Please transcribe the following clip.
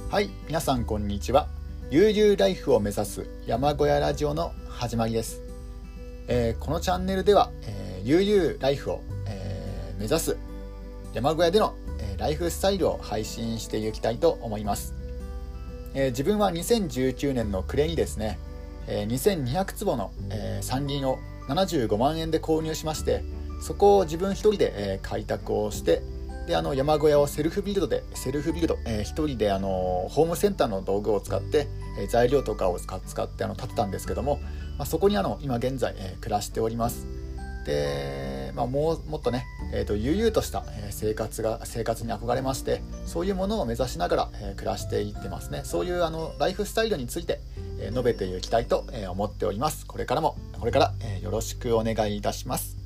はい、皆さんこんにちは。悠々ライフを目指す山小屋ラジオの始まりです。このチャンネルでは、悠々ライフを、目指す山小屋での、ライフスタイルを配信していきたいと思います。自分は2019年の暮れにですね、2200坪の、山林を75万円で購入しまして、そこを自分一人で、開拓をしてで山小屋をセルフビルド、一人でホームセンターの道具を使って、材料とかを使って建てたんですけども、そこに今現在、暮らしております。で、もっとね、悠々とした、生活に憧れまして、そういうものを目指しながら、暮らしていってますね。そういうライフスタイルについて、述べていきたいと、思っております。これからよろしくお願いいたします。